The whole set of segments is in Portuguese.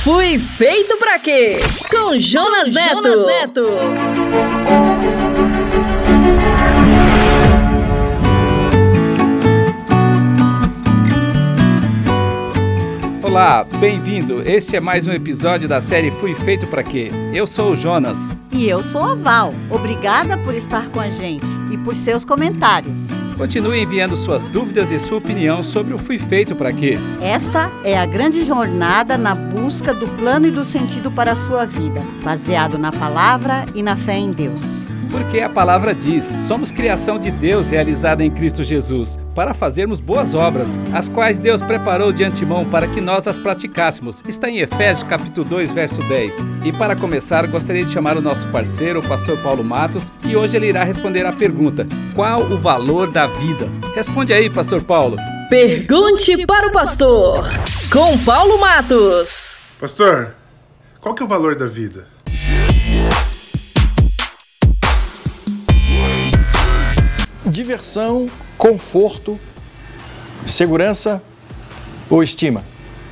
Fui feito pra quê? Com Jonas Neto. Olá, bem-vindo. Este é mais um episódio da série Fui Feito Pra Quê? Eu sou o Jonas. E eu sou a Val. Obrigada por estar com a gente e por seus comentários. Continue enviando suas dúvidas e sua opinião sobre o Fui Feito Pra Quê? Esta é a grande jornada na busca do plano e do sentido para a sua vida, baseado na palavra e na fé em Deus. Porque a palavra diz, somos criação de Deus realizada em Cristo Jesus, para fazermos boas obras, as quais Deus preparou de antemão para que nós as praticássemos. Está em Efésios capítulo 2, verso 10. E para começar, gostaria de chamar o nosso parceiro, o pastor Paulo Matos, e hoje ele irá responder à pergunta: qual o valor da vida? Responde aí, pastor Paulo. Pergunte para o pastor, com Paulo Matos. Pastor, qual que é o valor da vida? Diversão, conforto, segurança ou estima?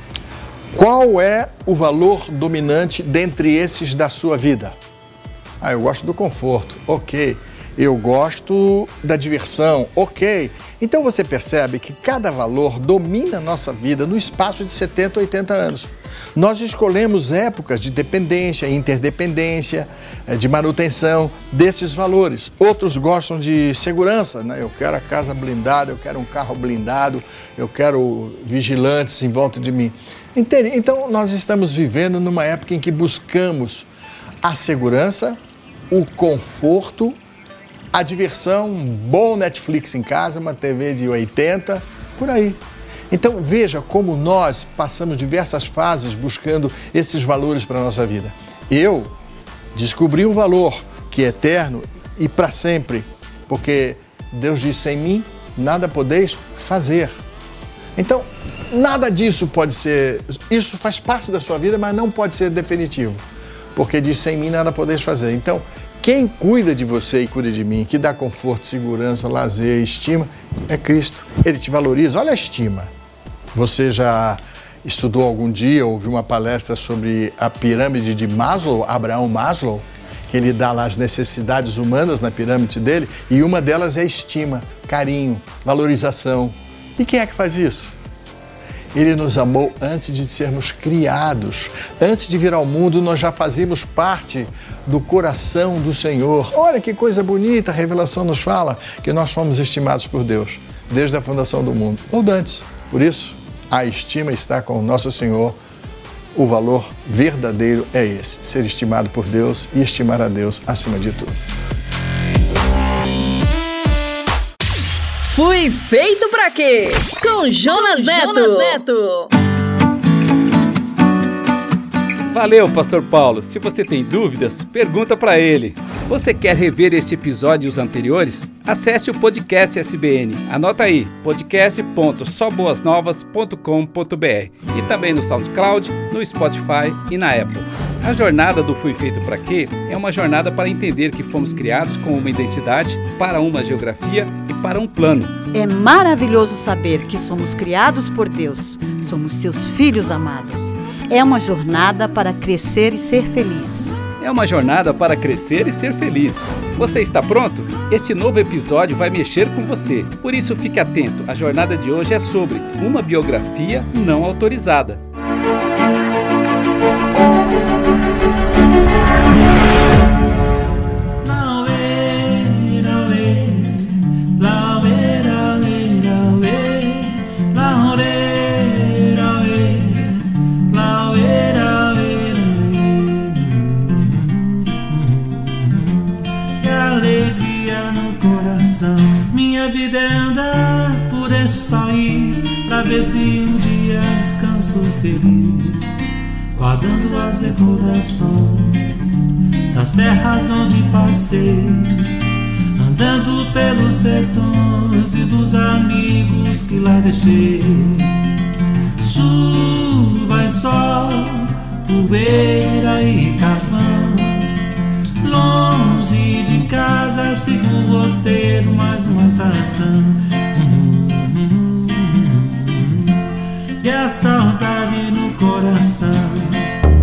Qual é o valor dominante dentre esses da sua vida? Eu gosto do conforto, ok. Eu gosto da diversão, ok. Então você percebe que cada valor domina a nossa vida no espaço de 70, 80 anos. Nós escolhemos épocas de dependência, interdependência, de manutenção desses valores. Outros gostam de segurança, né? Eu quero a casa blindada, eu quero um carro blindado, eu quero vigilantes em volta de mim. Entende? Então nós estamos vivendo numa época em que buscamos a segurança, o conforto, a diversão, um bom Netflix em casa, uma TV de 80, por aí. Então veja como nós passamos diversas fases buscando esses valores para a nossa vida. Eu descobri um valor que é eterno e para sempre, porque Deus diz: sem mim nada podeis fazer. Então nada disso pode ser, isso faz parte da sua vida, mas não pode ser definitivo, porque diz: sem mim nada podeis fazer. Então quem cuida de você e cuida de mim, que dá conforto, segurança, lazer, estima, é Cristo. Ele te valoriza. Olha a estima. Você já estudou algum dia, ouviu uma palestra sobre a pirâmide de Maslow, Abraham Maslow, que ele dá lá as necessidades humanas na pirâmide dele, e uma delas é estima, carinho, valorização. E quem é que faz isso? Ele nos amou antes de sermos criados. Antes de vir ao mundo, nós já fazíamos parte do coração do Senhor. Olha que coisa bonita, a revelação nos fala que nós fomos estimados por Deus, desde a fundação do mundo, ou antes. Por isso, a estima está com o nosso Senhor. O valor verdadeiro é esse: ser estimado por Deus e estimar a Deus acima de tudo. Fui feito pra quê? Com Jonas Neto. Valeu, pastor Paulo. Se você tem dúvidas, pergunta para ele. Você quer rever este episódio e os anteriores? Acesse o podcast SBN. Anota aí, podcast.soboasnovas.com.br e também no SoundCloud, no Spotify e na Apple. A jornada do Fui Feito Pra Quê é uma jornada para entender que fomos criados com uma identidade, para uma geografia e para um plano. É maravilhoso saber que somos criados por Deus, somos seus filhos amados. É uma jornada para crescer e ser feliz. É uma jornada para crescer e ser feliz. Você está pronto? Este novo episódio vai mexer com você. Por isso, fique atento. A jornada de hoje é sobre uma biografia não autorizada. Minha vida é andar por esse país, pra ver se um dia descanso feliz, guardando as recordações das terras onde passei, andando pelos sertões e dos amigos que lá deixei. Chuva e sol, poeira e carvão, longe de casa, sigo o roteiro, mais uma estação. E a saudade no coração.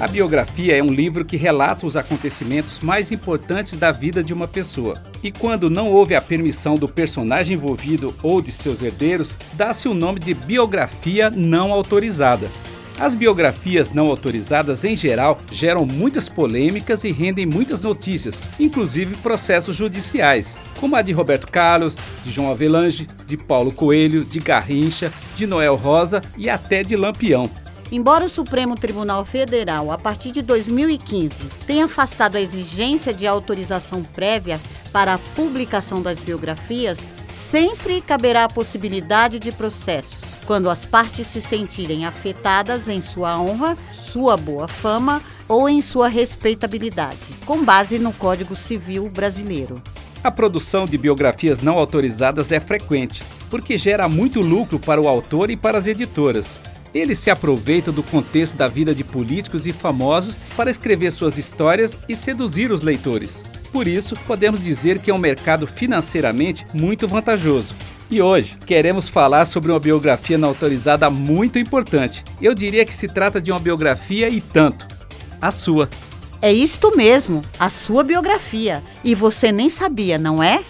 A biografia é um livro que relata os acontecimentos mais importantes da vida de uma pessoa. E quando não houve a permissão do personagem envolvido ou de seus herdeiros, dá-se o nome de biografia não autorizada. As biografias não autorizadas, em geral, geram muitas polêmicas e rendem muitas notícias, inclusive processos judiciais, como a de Roberto Carlos, de João Avelange, de Paulo Coelho, de Garrincha, de Noel Rosa e até de Lampião. Embora o Supremo Tribunal Federal, a partir de 2015, tenha afastado a exigência de autorização prévia para a publicação das biografias, sempre caberá a possibilidade de processos, quando as partes se sentirem afetadas em sua honra, sua boa fama ou em sua respeitabilidade, com base no Código Civil brasileiro. A produção de biografias não autorizadas é frequente, porque gera muito lucro para o autor e para as editoras. Eles se aproveitam do contexto da vida de políticos e famosos para escrever suas histórias e seduzir os leitores. Por isso, podemos dizer que é um mercado financeiramente muito vantajoso. E hoje, queremos falar sobre uma biografia não autorizada muito importante. Eu diria que se trata de uma biografia e tanto. A sua. É isto mesmo, a sua biografia. E você nem sabia, não é?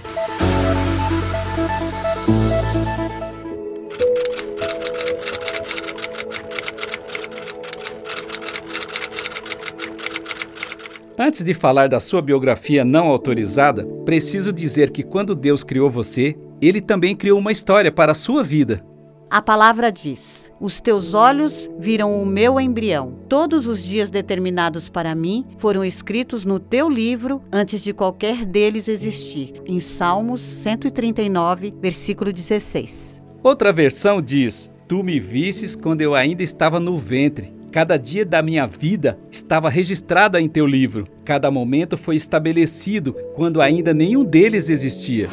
Antes de falar da sua biografia não autorizada, preciso dizer que quando Deus criou você, Ele também criou uma história para a sua vida. A palavra diz: os teus olhos viram o meu embrião. Todos os dias determinados para mim foram escritos no teu livro antes de qualquer deles existir. Em Salmos 139, versículo 16. Outra versão diz: tu me vistes quando eu ainda estava no ventre. Cada dia da minha vida estava registrada em teu livro. Cada momento foi estabelecido quando ainda nenhum deles existia.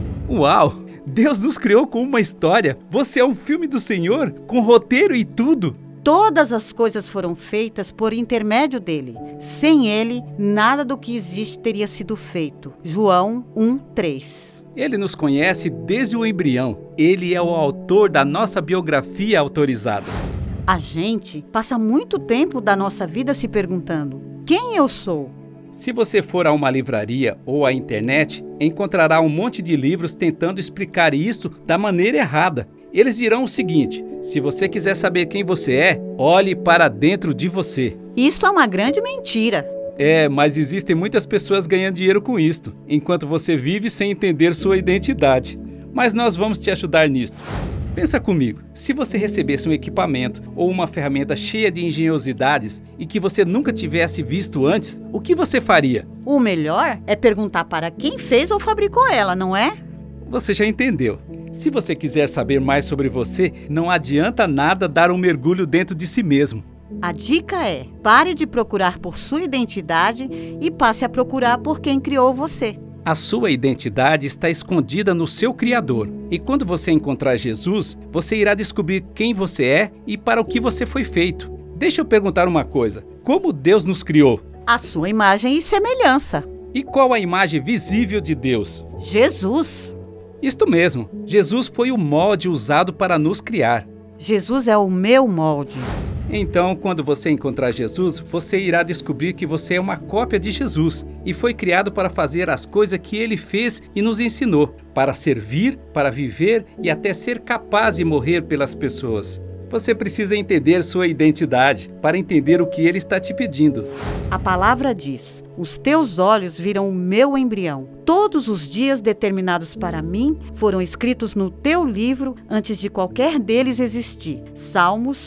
Uau! Deus nos criou com uma história. Você é um filme do Senhor, com roteiro e tudo. Todas as coisas foram feitas por intermédio dele. Sem ele, nada do que existe teria sido feito. João 1:3. Ele nos conhece desde o embrião. Ele é o autor da nossa biografia autorizada. A gente passa muito tempo da nossa vida se perguntando: quem eu sou? Se você for a uma livraria ou à internet, encontrará um monte de livros tentando explicar isso da maneira errada. Eles dirão o seguinte: se você quiser saber quem você é, olhe para dentro de você. Isto é uma grande mentira. Mas existem muitas pessoas ganhando dinheiro com isto, enquanto você vive sem entender sua identidade. Mas nós vamos te ajudar nisto. Pensa comigo, se você recebesse um equipamento ou uma ferramenta cheia de engenhosidades e que você nunca tivesse visto antes, o que você faria? O melhor é perguntar para quem fez ou fabricou ela, não é? Você já entendeu. Se você quiser saber mais sobre você, não adianta nada dar um mergulho dentro de si mesmo. A dica é: pare de procurar por sua identidade e passe a procurar por quem criou você. A sua identidade está escondida no seu Criador. E quando você encontrar Jesus, você irá descobrir quem você é e para o que você foi feito. Deixa eu perguntar uma coisa: como Deus nos criou? A sua imagem e semelhança. E qual a imagem visível de Deus? Jesus. Isto mesmo, Jesus foi o molde usado para nos criar. Jesus é o meu molde. Então, quando você encontrar Jesus, você irá descobrir que você é uma cópia de Jesus e foi criado para fazer as coisas que Ele fez e nos ensinou, para servir, para viver e até ser capaz de morrer pelas pessoas. Você precisa entender sua identidade para entender o que Ele está te pedindo. A palavra diz: os teus olhos viram o meu embrião. Todos os dias determinados para mim foram escritos no teu livro antes de qualquer deles existir. Salmos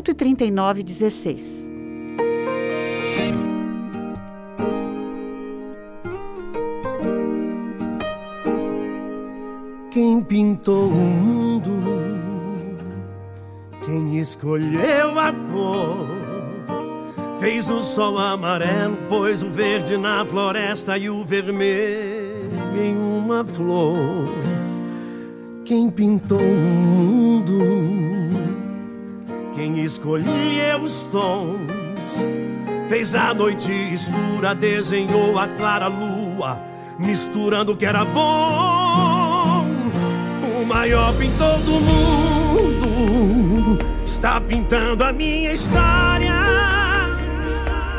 139, 16. Quem pintou o mundo? Quem escolheu a cor? Fez o sol amarelo, pôs o verde na floresta e o vermelho em uma flor. Quem pintou o mundo? Quem escolheu os tons? Fez a noite escura, desenhou a clara lua, misturando o que era bom. O maior pintor do mundo está pintando a minha história.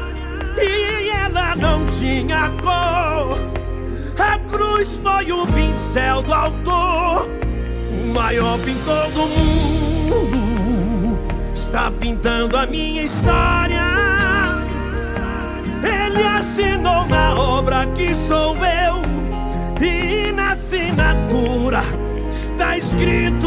e ela não tinha cor. A cruz foi o pincel do autor, o maior pintor do mundo. Está pintando a minha história. Ele assinou na obra que sou eu, e na assinatura está escrito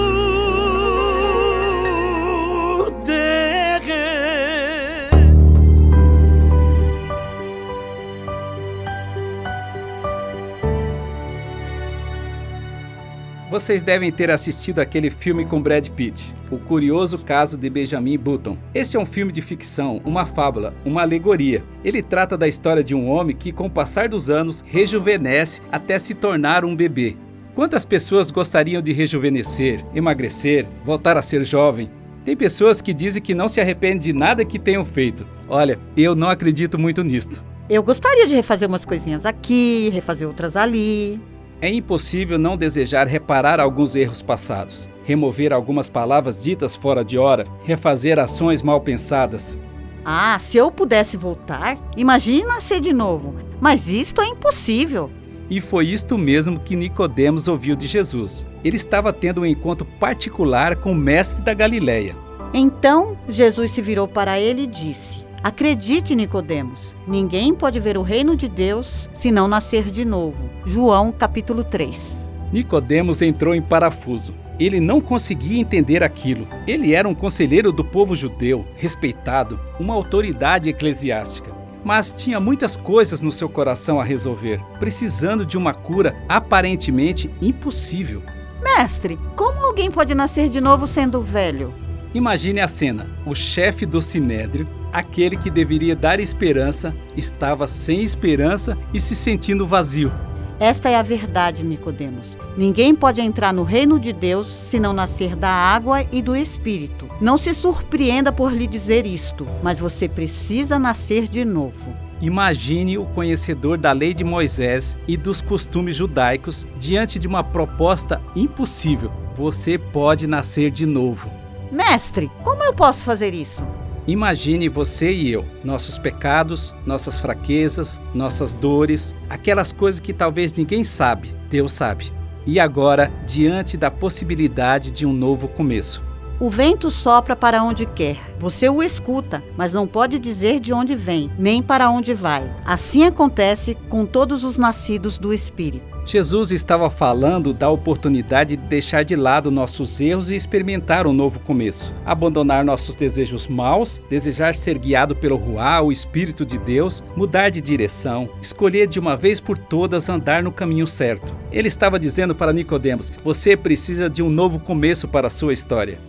Vocês devem ter assistido aquele filme com Brad Pitt, O Curioso Caso de Benjamin Button. Este é um filme de ficção, uma fábula, uma alegoria. Ele trata da história de um homem que, com o passar dos anos, rejuvenesce até se tornar um bebê. Quantas pessoas gostariam de rejuvenescer, emagrecer, voltar a ser jovem? Tem pessoas que dizem que não se arrependem de nada que tenham feito. Olha, eu não acredito muito nisto. Eu gostaria de refazer umas coisinhas aqui, refazer outras ali. É impossível não desejar reparar alguns erros passados, remover algumas palavras ditas fora de hora, refazer ações mal pensadas. Ah, se eu pudesse voltar, imagine nascer de novo. Mas isto é impossível. E foi isto mesmo que Nicodemos ouviu de Jesus. Ele estava tendo um encontro particular com o mestre da Galileia. Então, Jesus se virou para ele e disse: acredite, Nicodemos, ninguém pode ver o reino de Deus se não nascer de novo. João, capítulo 3. Nicodemos entrou em parafuso. Ele não conseguia entender aquilo. Ele era um conselheiro do povo judeu, respeitado, uma autoridade eclesiástica. Mas tinha muitas coisas no seu coração a resolver, precisando de uma cura aparentemente impossível. Mestre, como alguém pode nascer de novo sendo velho? Imagine a cena. O chefe do sinédrio, aquele que deveria dar esperança, estava sem esperança e se sentindo vazio. Esta é a verdade, Nicodemos. Ninguém pode entrar no reino de Deus se não nascer da água e do Espírito. Não se surpreenda por lhe dizer isto, mas você precisa nascer de novo. Imagine o conhecedor da lei de Moisés e dos costumes judaicos diante de uma proposta impossível. Você pode nascer de novo. Mestre, como eu posso fazer isso? Imagine você e eu, nossos pecados, nossas fraquezas, nossas dores, aquelas coisas que talvez ninguém sabe, Deus sabe. E agora, diante da possibilidade de um novo começo. O vento sopra para onde quer. Você o escuta, mas não pode dizer de onde vem, nem para onde vai. Assim acontece com todos os nascidos do Espírito. Jesus estava falando da oportunidade de deixar de lado nossos erros e experimentar um novo começo. Abandonar nossos desejos maus, desejar ser guiado pelo Ruá, o Espírito de Deus, mudar de direção, escolher de uma vez por todas andar no caminho certo. Ele estava dizendo para Nicodemos: você precisa de um novo começo para a sua história.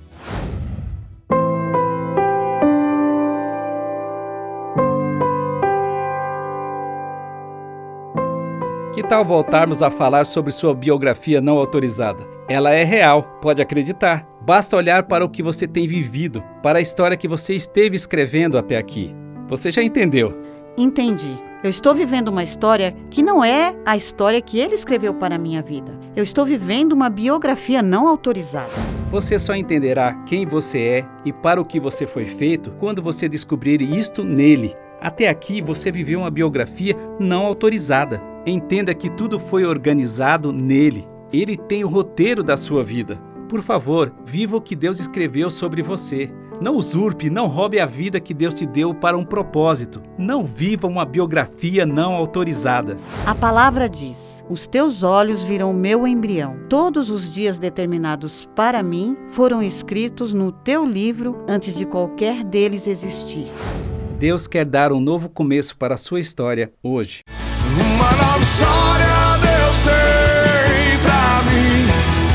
Que tal voltarmos a falar sobre sua biografia não autorizada? Ela é real, pode acreditar. Basta olhar para o que você tem vivido, para a história que você esteve escrevendo até aqui. Você já entendeu? Entendi. Eu estou vivendo uma história que não é a história que ele escreveu para a minha vida. Eu estou vivendo uma biografia não autorizada. Você só entenderá quem você é e para o que você foi feito quando você descobrir isto nele. Até aqui você viveu uma biografia não autorizada. Entenda que tudo foi organizado nele. Ele tem o roteiro da sua vida. Por favor, viva o que Deus escreveu sobre você. Não usurpe, não roube a vida que Deus te deu para um propósito. Não viva uma biografia não autorizada. A palavra diz: os teus olhos viram o meu embrião. Todos os dias determinados para mim foram escritos no teu livro antes de qualquer deles existir. Deus quer dar um novo começo para a sua história hoje. Uma nova história Deus tem pra mim.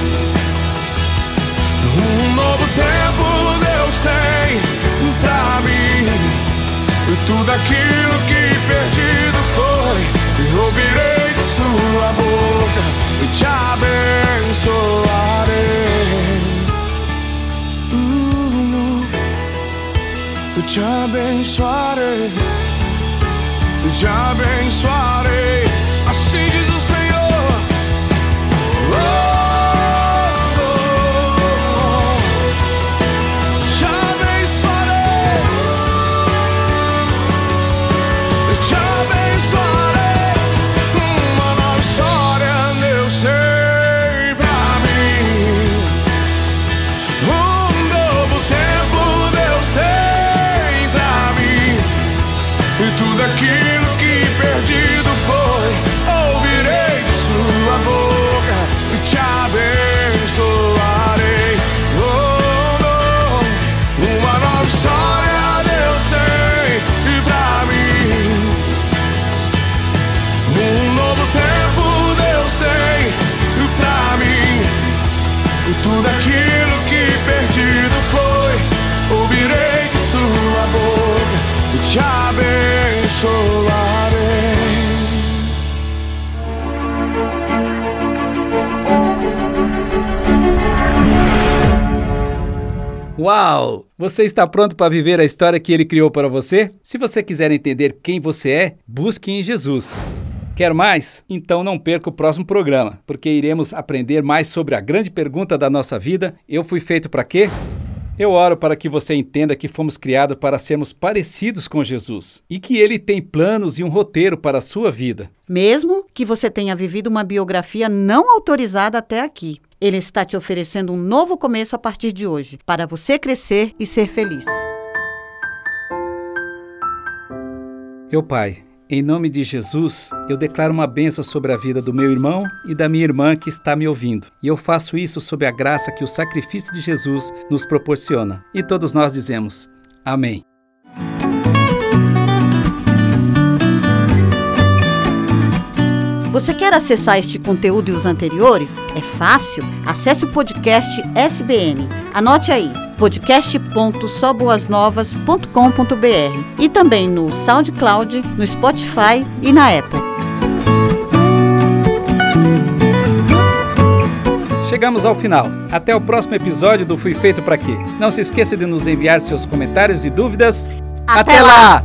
Um novo tempo Deus tem pra mim. E tudo aquilo que perdido foi, eu ouvirei de sua boca e te abençoarei. Eu te abençoarei. Te abençoarei, assim diz o Senhor. Te abençoarei. Uau! Você está pronto para viver a história que Ele criou para você? Se você quiser entender quem você é, busque em Jesus. Quer mais? Então não perca o próximo programa, porque iremos aprender mais sobre a grande pergunta da nossa vida: eu fui feito para quê? Eu oro para que você entenda que fomos criados para sermos parecidos com Jesus e que Ele tem planos e um roteiro para a sua vida. Mesmo que você tenha vivido uma biografia não autorizada até aqui, Ele está te oferecendo um novo começo a partir de hoje, para você crescer e ser feliz. Meu Pai, em nome de Jesus, eu declaro uma bênção sobre a vida do meu irmão e da minha irmã que está me ouvindo. E eu faço isso sob a graça que o sacrifício de Jesus nos proporciona. E todos nós dizemos, amém. Você quer acessar este conteúdo e os anteriores? É fácil. Acesse o podcast SBN. Anote aí, podcast.soboasnovas.com.br e também no SoundCloud, no Spotify e na Apple. Chegamos ao final. Até o próximo episódio do Fui Feito Pra Quê. Não se esqueça de nos enviar seus comentários e dúvidas. Até lá!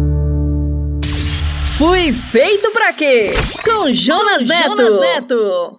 Fui Feito Pra Quê? Com Jonas Neto.